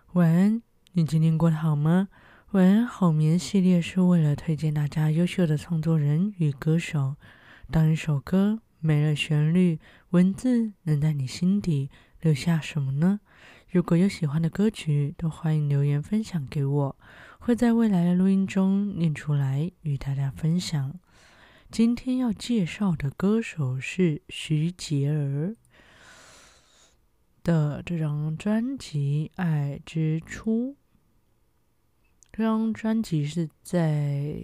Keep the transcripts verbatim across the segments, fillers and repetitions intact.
晚安，你今天过得好吗？晚安好眠系列是为了推荐大家优秀的创作人与歌手。当一首歌没了旋律，文字能在你心底留下什么呢？如果有喜欢的歌曲，都欢迎留言分享给我，会在未来的录音中念出来与大家分享。今天要介绍的歌手是徐杰儿的这张专辑《爱之初》。这张专辑是在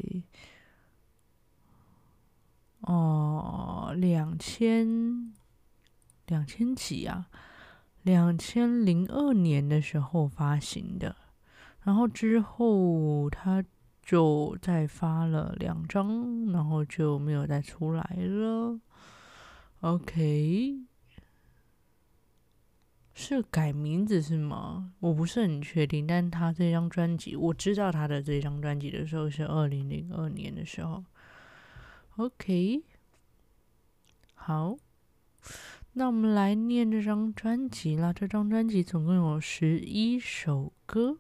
哦两千两千几啊，两千零二年的时候发行的，然后之后他就再发了两张，然后就没有再出来了。OK。是改名字是吗？我不是很确定，但他这张专辑，我知道他的这张专辑的时候是二零零二年的时候。OK， 好，那我们来念这张专辑啦。这张专辑总共有十一首歌。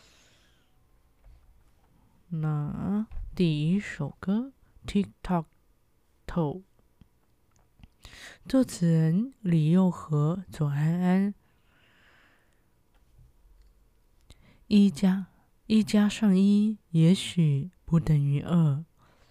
那第一首歌《TikTok Toe》，作词人李佑和、左安安。一加一加上一，也许不等于二。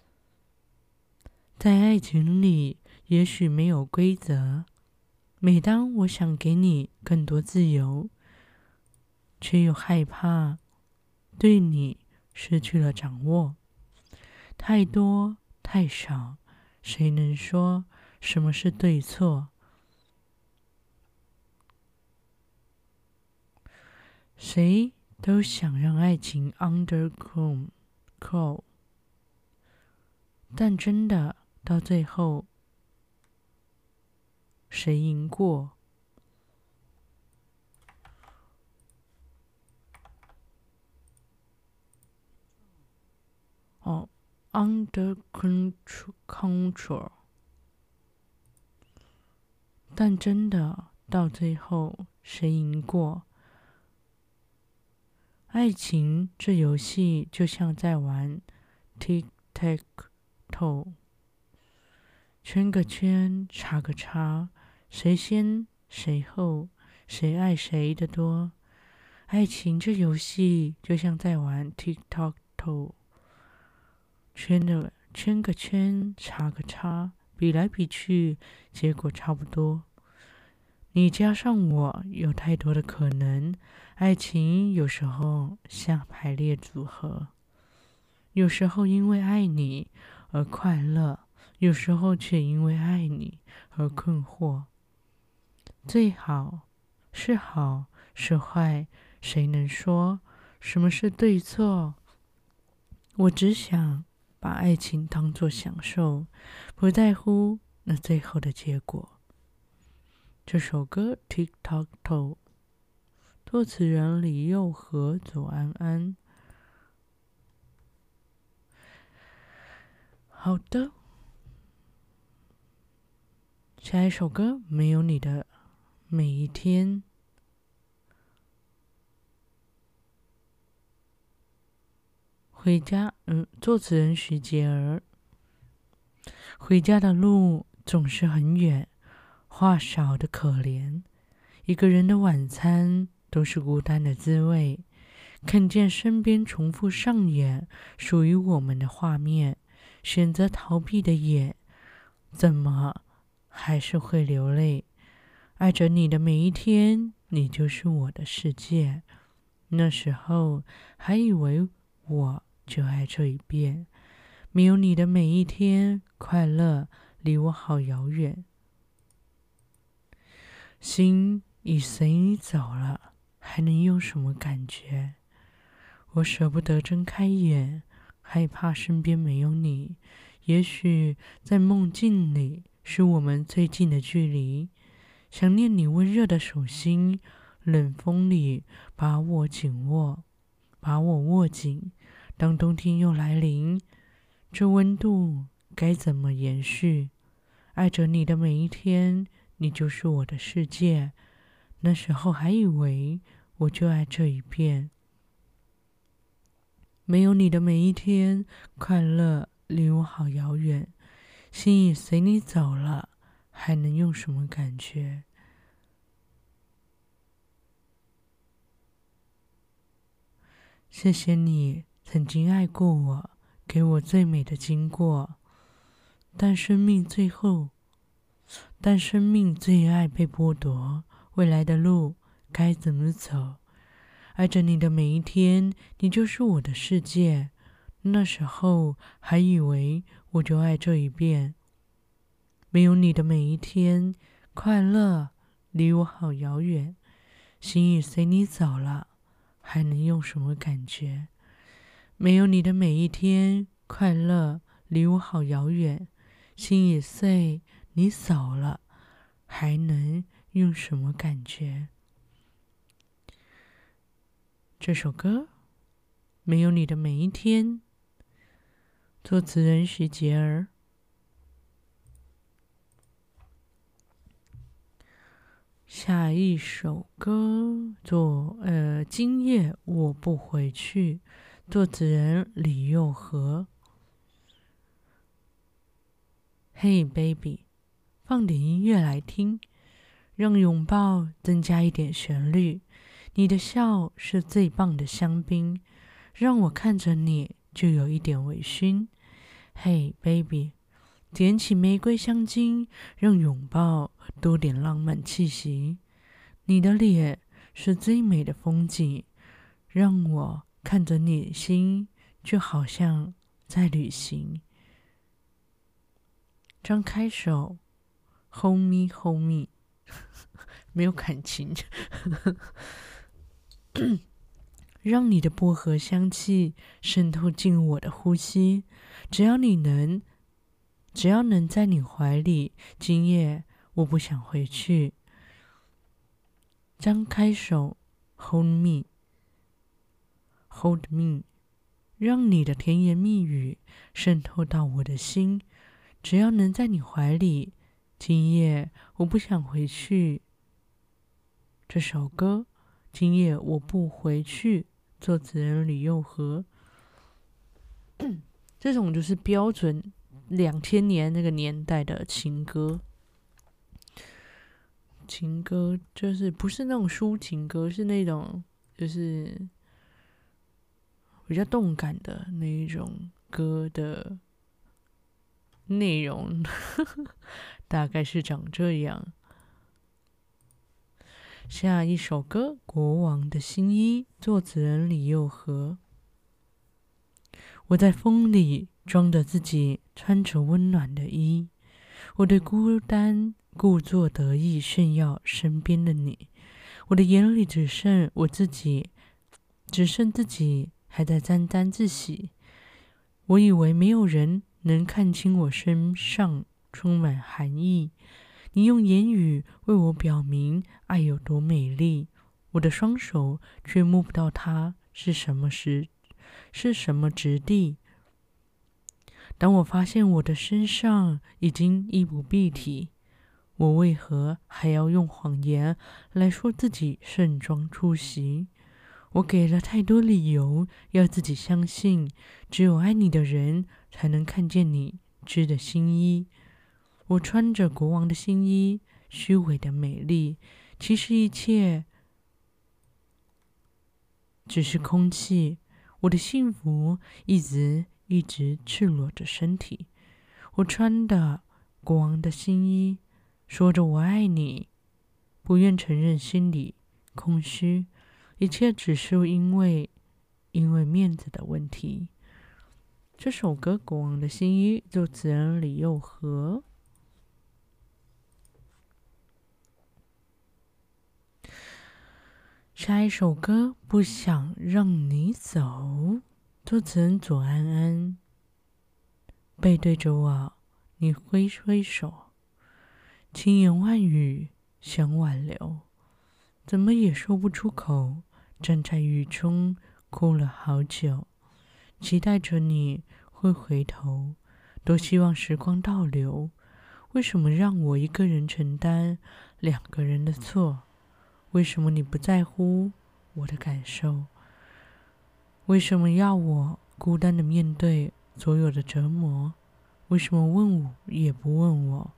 在爱情里，也许没有规则。每当我想给你更多自由，却又害怕对你失去了掌握。太多太少，谁能说什么是对错？谁都想让爱情 under control， 但真的到最后，谁赢过？哦 ，under control， 但真的到最后，谁赢过？爱情这游戏就像在玩 tic tac toe， 圈个圈，插个叉，谁先谁后，谁爱谁的多。爱情这游戏就像在玩 tic tac toe， 圈了圈个圈，插个叉，比来比去，结果差不多。你加上我，有太多的可能。爱情有时候像排列组合，有时候因为爱你而快乐，有时候却因为爱你而困惑。最好是好是坏，谁能说什么是对错？我只想把爱情当作享受，不在乎那最后的结果。这首歌 TikTok Toe， 作词人李佑和、左安安。好的，下一首歌没有你的每一天。回家，嗯，作词人徐杰儿。回家的路总是很远，话少的可怜。一个人的晚餐都是孤单的滋味。看见身边重复上演属于我们的画面，选择逃避的眼，怎么还是会流泪？爱着你的每一天，你就是我的世界。那时候还以为我就爱这一遍，没有你的每一天，快乐离我好遥远。心已随你走了，还能有什么感觉？我舍不得睁开眼，害怕身边没有你。也许在梦境里是我们最近的距离，想念你温热的手心，冷风里把我紧握，把我握紧。当冬天又来临，这温度该怎么延续？爱着你的每一天，你就是我的世界。那时候还以为我就爱这一遍。没有你的每一天，快乐离我好遥远。心已随你走了，还能用什么感觉？谢谢你曾经爱过我，给我最美的经过。但生命最后，但生命最爱被剥夺，未来的路该怎么走？爱着你的每一天，你就是我的世界。那时候还以为我就爱这一遍。没有你的每一天，快乐离我好遥远。心已随你走了，还能用什么感觉？没有你的每一天，快乐离我好遥远。心已随你走了，还能用什么感觉？这首歌没有你的每一天，作词人徐杰儿。下一首歌作呃今夜我不回去，作词人李佑和。嘿 baby， 放点音乐来听，让拥抱增加一点旋律。你的笑是最棒的香槟，让我看着你就有一点微醺。嘿 baby， 点起玫瑰香精，让拥抱多点浪漫气息。你的脸是最美的风景，让我看着你心就好像在旅行。张开手 Hold me hold me 没有感情让你的薄荷香气渗透进我的呼吸。只要你能只要能在你怀里，今夜我不想回去。张开手 Hold me Hold me 让你的甜言蜜语渗透到我的心。只要能在你怀里，今夜我不想回去。这首歌今夜我不回去，作词人李佑和。这种就是标准两千年那个年代的情歌。情歌就是不是那种抒情歌，是那种就是比较动感的那一种歌的内容大概是长这样。下一首歌《国王的新衣》，作词人李佑和。我在风里装着自己穿着温暖的衣，我对孤单故作得意炫耀身边的你。我的眼里只剩我自己，只剩自己还在沾沾自喜。我以为没有人能看清我身上充满寒意，你用言语为我表明爱有多美丽，我的双手却摸不到它是什么时是什么质地。当我发现我的身上已经衣不蔽体，我为何还要用谎言来说自己盛装出席？我给了太多理由要自己相信，只有爱你的人才能看见你织的新衣。我穿着国王的新衣，虚伪的美丽，其实一切只是空气。我的幸福一直一直赤裸着身体。我穿的国王的新衣，说着我爱你，不愿承认心里空虚，一切只是因为因为面子的问题。这首歌《国王的新衣》作词人李佑和。下一首歌《不想让你走》，作词人左安安。背对着我，你挥挥手，千言万语想挽留，怎么也说不出口。站在雨中哭了好久，期待着你会回头，多希望时光倒流。为什么让我一个人承担两个人的错？为什么你不在乎我的感受？为什么要我孤单的面对所有的折磨？为什么问我也不问我，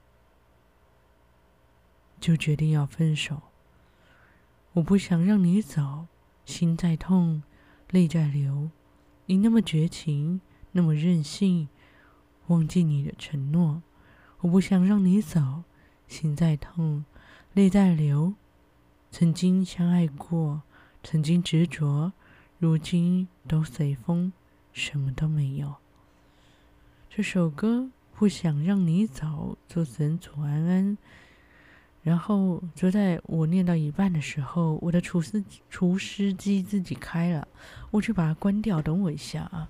就决定要分手？我不想让你走，心在痛，泪在流。你那么绝情，那么任性，忘记你的承诺。我不想让你走，心在痛，泪在流。曾经相爱过，曾经执着，如今都随风，什么都没有。这首歌不想让你走，作词人左安安。然后就在我念到一半的时候，我的除湿除湿机自己开了，我去把它关掉，等我一下啊。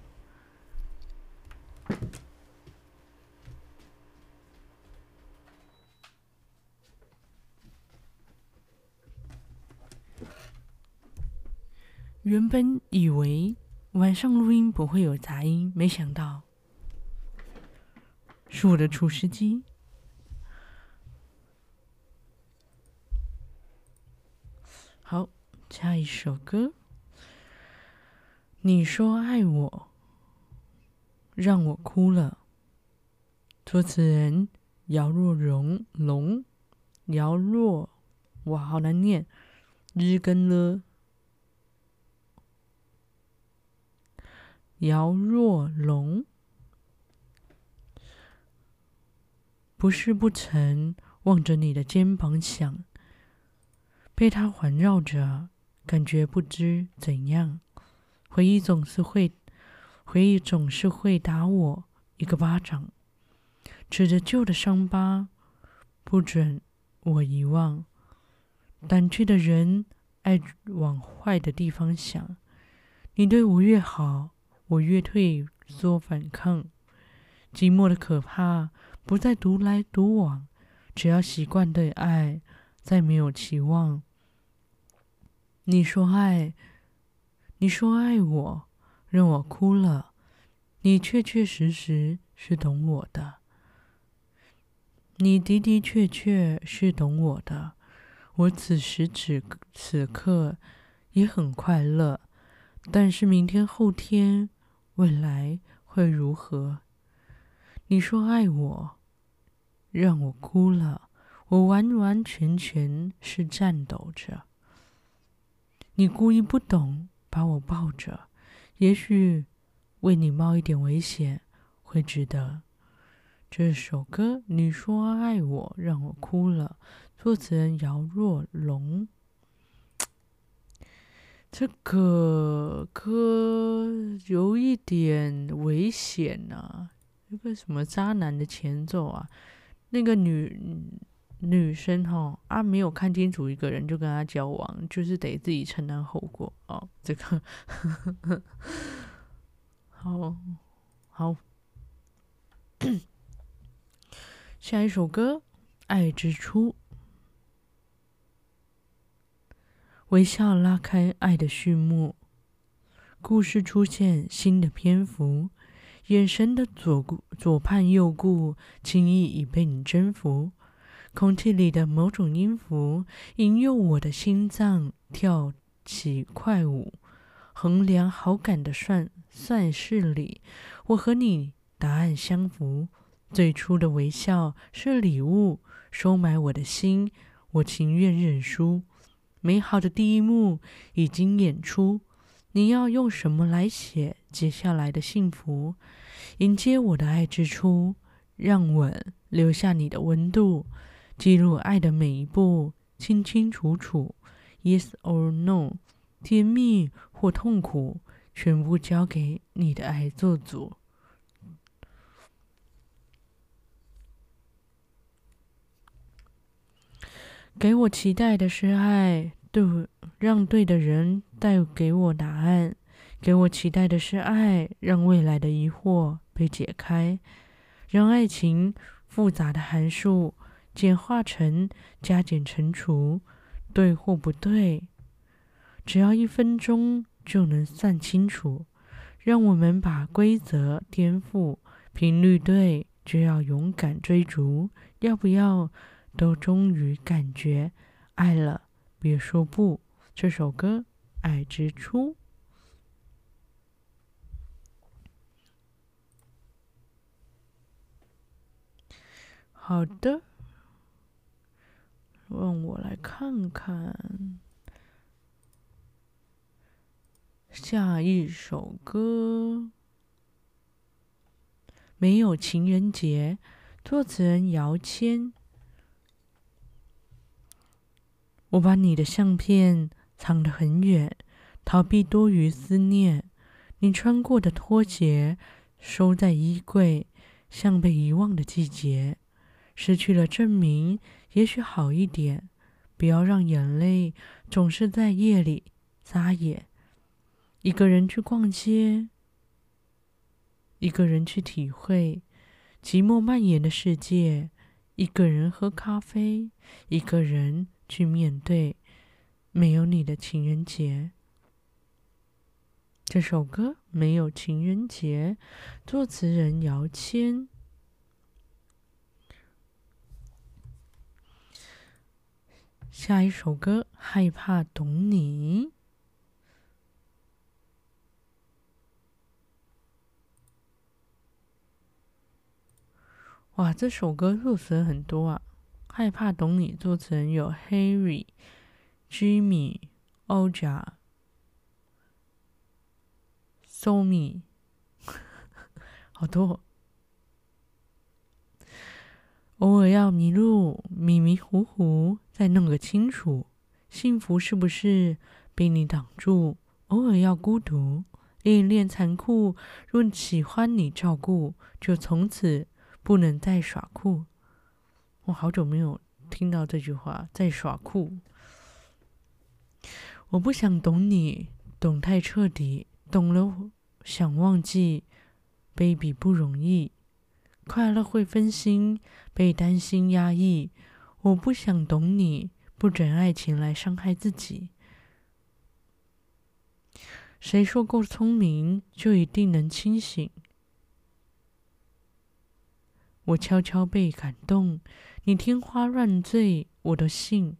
原本以为晚上录音不会有杂音，没想到是我的除湿机。好，下一首歌。你说爱我，让我哭了。作词人姚若龙龙，姚若，哇，好难念，日跟了。姚若龙，不是不曾望着你的肩膀想，被它环绕着，感觉不知怎样。回忆总是会，回忆总是会打我一个巴掌，指着旧的伤疤，不准我遗忘。胆怯的人爱往坏的地方想，你对我越好，我越退缩反抗。寂寞的可怕，不再独来独往，只要习惯对爱，再没有期望。你说爱，你说爱我，让我哭了。你确确实实是懂我的，你的的确确是懂我的。我此时此此刻也很快乐，但是明天、后天、未来会如何？你说爱我，让我哭了，我完完全全是颤抖着。你故意不懂，把我抱着，也许为你冒一点危险会值得。这首歌你说爱我，让我哭了，作词人姚若龙。这个歌有一点危险啊，一个什么渣男的前奏啊，那个女女生哈啊没有看清楚一个人就跟他交往，就是得自己承担后果哦。这个好好，下一首歌《爱之初》。微笑拉开爱的序幕，故事出现新的篇幅，眼神的左顾左盼右顾，轻易已被你征服。空气里的某种音符，引诱我的心脏跳起快舞。衡量好感的算算式里，我和你答案相符。最初的微笑是礼物，收买我的心，我情愿认输。美好的第一幕已经演出，你要用什么来写接下来的幸福？迎接我的爱之初，让吻留下你的温度，记录爱的每一步，清清楚楚 ，Yes or No， 甜蜜或痛苦，全部交给你的爱做主。给我期待的是爱，对，让对的人带给我答案。给我期待的是爱，让未来的疑惑被解开，让爱情复杂的函数简化成加减乘除，对或不对，只要一分钟就能算清楚。让我们把规则颠覆，频率对就要勇敢追逐，要不要？都终于感觉爱了，别说不。这首歌爱之初。好的，让我来看看下一首歌。没有情人节，作词人姚谦。我把你的相片藏得很远，逃避多余思念。你穿过的拖鞋收在衣柜，像被遗忘的季节。失去了证明，也许好一点。不要让眼泪总是在夜里撒野。一个人去逛街，一个人去体会寂寞蔓延的世界，一个人喝咖啡，一个人去面对没有你的情人节。这首歌《没有情人节》，作词人姚谦。下一首歌《害怕懂你》。哇，这首歌作词人很多啊！害怕懂你，作词人有 Harry、Jimmy、Oja、Somi， 好多。偶尔要迷路，迷迷糊糊，再弄个清楚。幸福是不是被你挡住？偶尔要孤独，恋一恋残酷。若喜欢你照顾，就从此不能再耍酷。我好久没有听到这句话，再耍酷。我不想懂你，懂太彻底，懂了想忘记。baby 不容易，快乐会分心，被担心压抑。我不想懂你，不准爱情来伤害自己。谁说够聪明就一定能清醒？我悄悄被感动，你天花乱坠，我都信。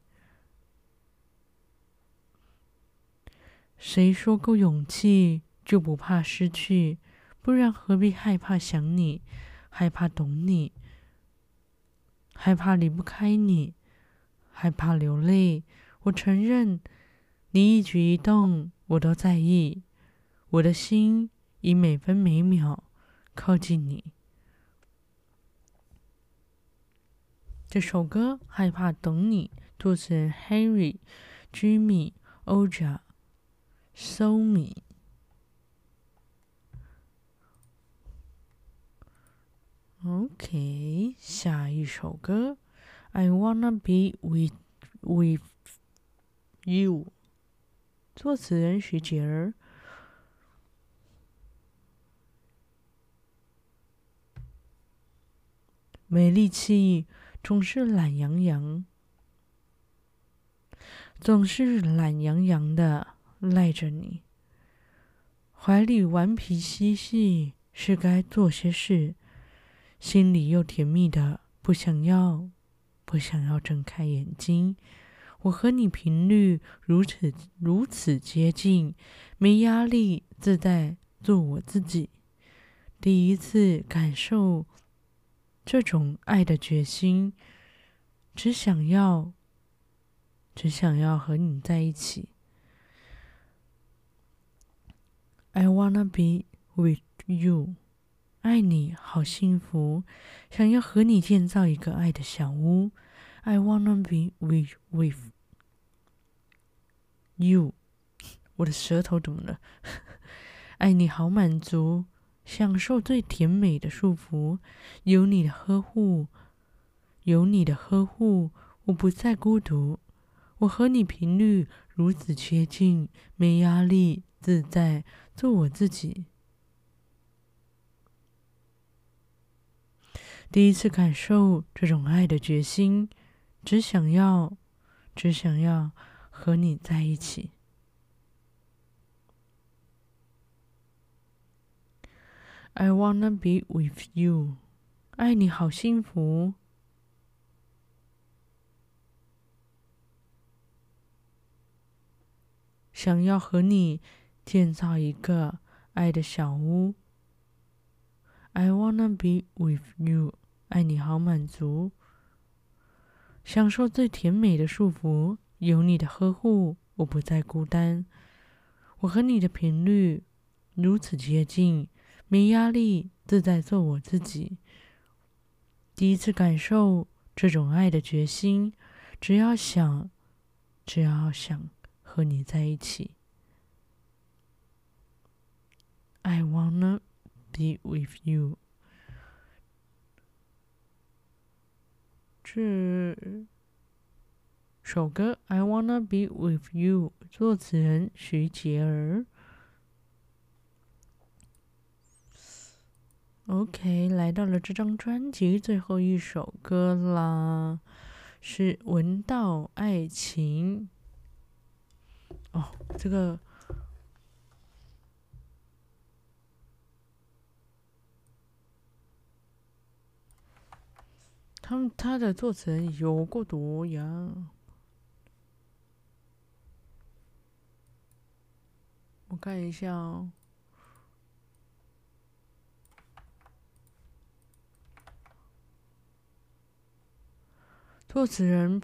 谁说够勇气就不怕失去？不然何必害怕想你，害怕懂你，害怕离不开你，害怕流泪。我承认，你一举一动我都在意，我的心以每分每秒靠近你。这首歌《害怕懂你》，作词人 Harry、Jimmy、Oja、Somi。OK， 下一首歌 I wanna be with with you， 作词人徐杰儿。没力气，总是懒洋洋，总是懒洋洋的赖着你，怀里顽皮嬉戏，是该做些事。心里又甜蜜的不想要，不想要睁开眼睛。我和你频率如此如此接近，没压力，自在做我自己。第一次感受这种爱的决心，只想要，只想要和你在一起。I wanna be with you。爱你好幸福，想要和你建造一个爱的小屋。I wanna be with with you。我的舌头怎么了？爱你好满足，享受最甜美的束缚。有你的呵护，有你的呵护，我不再孤独。我和你频率如此接近，没压力，自在，做我自己。第一次感受这种爱的决心，只想要，只想要和你在一起。I wanna be with you。爱你好幸福。 想要和你建造一个爱的小屋。I wanna be with you， 爱你好满足，享受最甜美的束缚，有你的呵护，我不再孤单。我和你的频率如此接近，没压力，自在做我自己。第一次感受这种爱的决心，只要想，只要想和你在一起。I wanna be with you。这首歌 I wanna be with you， 作词人徐杰儿。OK， 来到了这张专辑最后一首歌啦，是《闻道爱情》。哦，这个他们他的作词人有够多呀！我看一下哦。作词人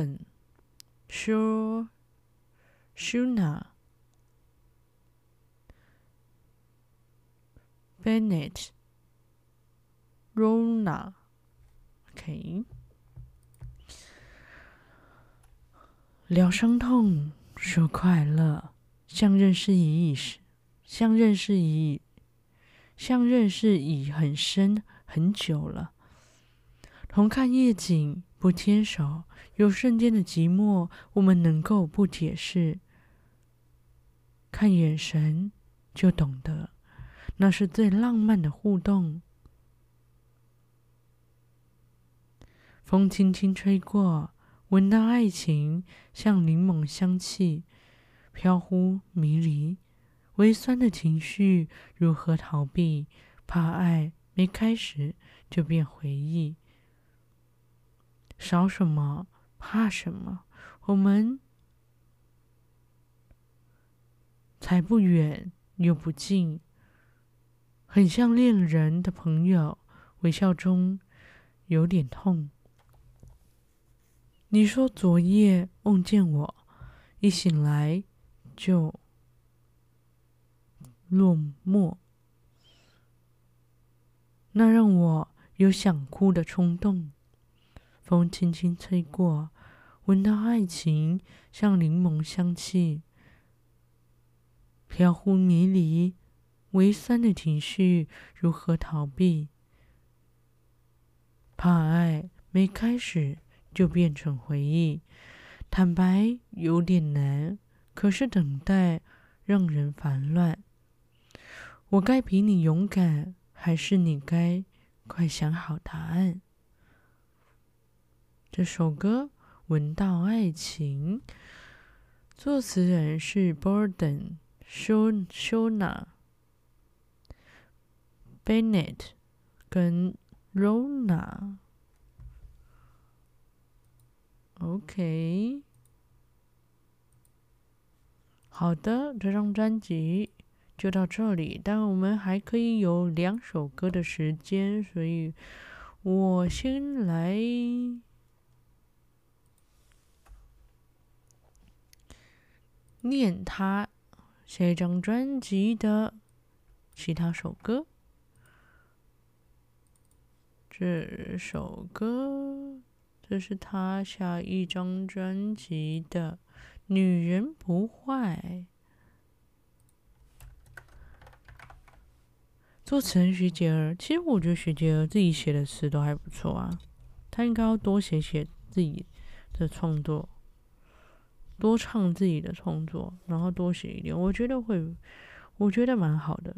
Borden、Shona、Bennett、Rona。OK， 聊伤痛，说快乐，像认识已时，像认识已，像认识已很深很久了。同看夜景，不牵手，有瞬间的寂寞，我们能够不解释。看眼神，就懂得，那是最浪漫的互动。风轻轻吹过，闻到爱情，像柠檬香气，飘忽迷离。微酸的情绪，如何逃避？怕爱没开始，就变回忆。少什么，怕什么？我们才不远又不近，很像恋人的朋友，微笑中有点痛。你说昨夜梦见我，一醒来就落寞，那让我有想哭的冲动。风轻轻吹过，闻到爱情，像柠檬香气，飘忽迷离，微酸的情绪如何逃避？怕爱没开始就变成回忆，坦白有点难，可是等待让人烦乱。我该比你勇敢，还是你该快想好答案？这首歌《闻到爱情》，作词人是 Borden、Shona、Bennett 跟 Rona。OK， 好的，这张专辑就到这里，但我们还可以有两首歌的时间，所以我先来念他下一张专辑的其他首歌。这首歌，这是他下一张专辑的《女人不坏》。作词人徐杰儿，其实我觉得徐杰儿自己写的词都还不错啊，他应该要多写写自己的创作。多唱自己的创作，然后多写一点，我觉得会，我觉得蛮好的。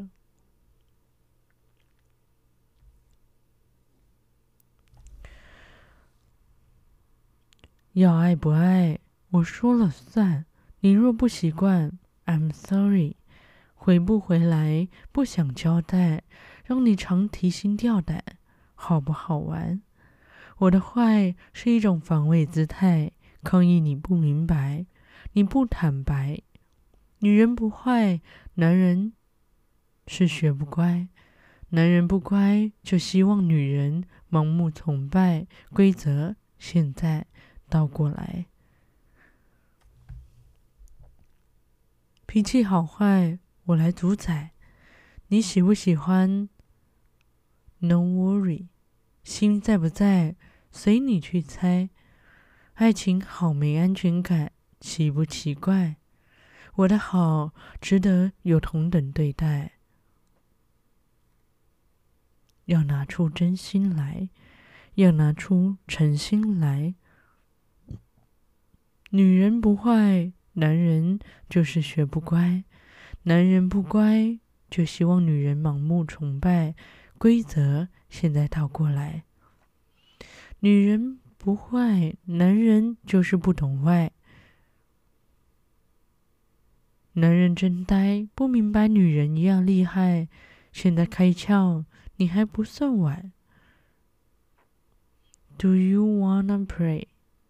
要爱不爱，我说了算。你若不习惯 ，I'm sorry。回不回来，不想交代，让你常提心吊胆，好不好玩？我的坏是一种防卫姿态，抗议你不明白。你不坦白， 女人不坏，男人是学不乖。男人不乖，就希望女人盲目崇拜。规则现在倒过来。脾气好坏，我来主宰。你喜不喜欢 ？No worry。心在不在，随你去猜。爱情好没安全感，奇不奇怪？我的好值得有同等对待。要拿出真心来，要拿出诚心来。女人不坏，男人就是学不乖。男人不乖，就希望女人盲目崇拜。规则现在倒过来。女人不坏，男人就是不懂坏。男人真呆，不明白女人一样厉害。现在开窍，你还不算晚。Do you wanna pray？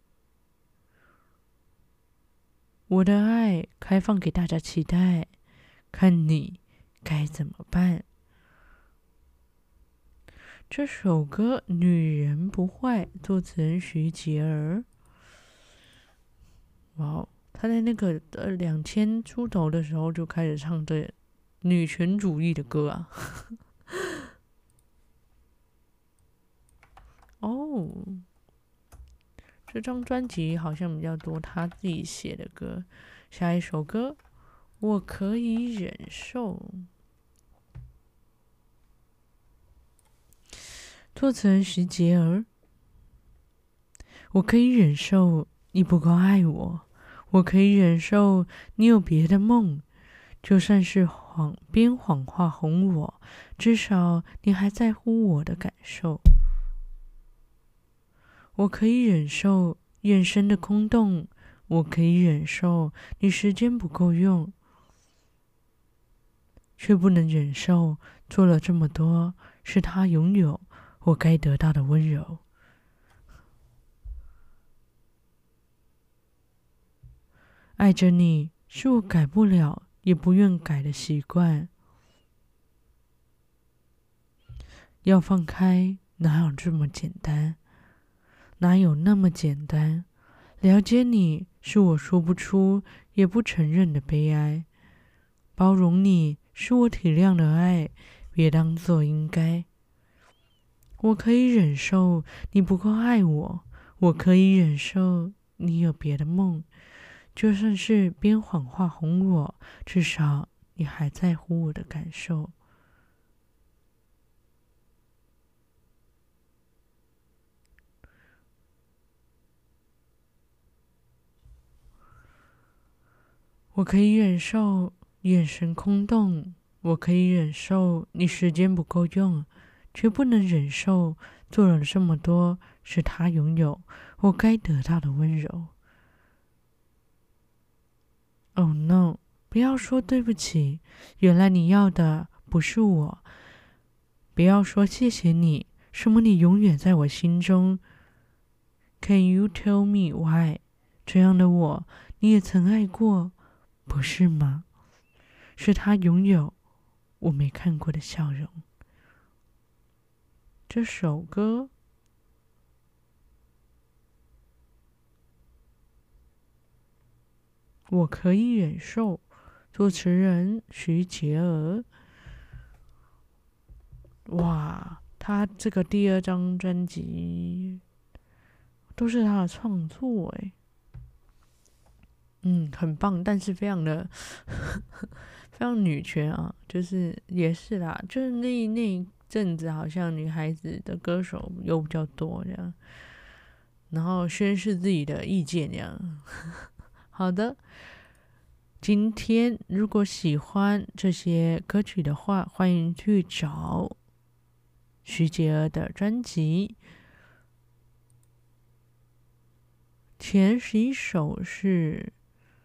我的爱开放给大家期待，看你该怎么办。这首歌《女人不坏》，作词人徐杰儿。哇，他在那个呃两千出头的时候就开始唱这女权主义的歌啊。哦，这张专辑好像比较多他自己写的歌。下一首歌，我可以忍受。作词人徐杰儿。我可以忍受你不够爱我，我可以忍受你有别的梦，就算是谎编谎话哄我，至少你还在乎我的感受。我可以忍受眼神的空洞，我可以忍受你时间不够用，却不能忍受做了这么多是他拥有我该得到的温柔。爱着你是我改不了也不愿改的习惯。要放开哪有这么简单，哪有那么简单？了解你是我说不出也不承认的悲哀，包容你是我体谅的爱，别当作应该。我可以忍受你不够爱我，我可以忍受你有别的梦，就算是编谎话哄我，至少你还在乎我的感受。我可以忍受眼神空洞，我可以忍受你时间不够用，却不能忍受做了这么多是他拥有我该得到的温柔。Oh no， 不要说对不起，原来你要的不是我。不要说谢谢你，什么你永远在我心中。Can you tell me why？ 这样的我，你也曾爱过，不是吗？是他拥有我没看过的笑容。这首歌我可以忍受，作词人徐杰儿。哇，他这个第二张专辑都是他的创作诶。嗯，很棒，但是非常的非常女权啊，就是也是啦，就是那那一阵子好像女孩子的歌手又比较多这样，然后宣示自己的意见这样。好的，今天如果喜欢这些歌曲的话，欢迎去找徐杰儿的专辑。前十一首是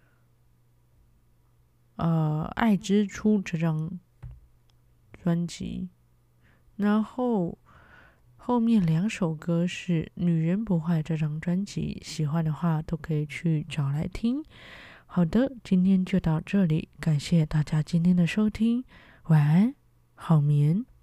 呃，《爱之初》这张专辑，然后后面两首歌是《女人不坏》这张专辑，喜欢的话都可以去找来听。 好的，今天就到这里，感谢大家今天的收听，晚安，好眠。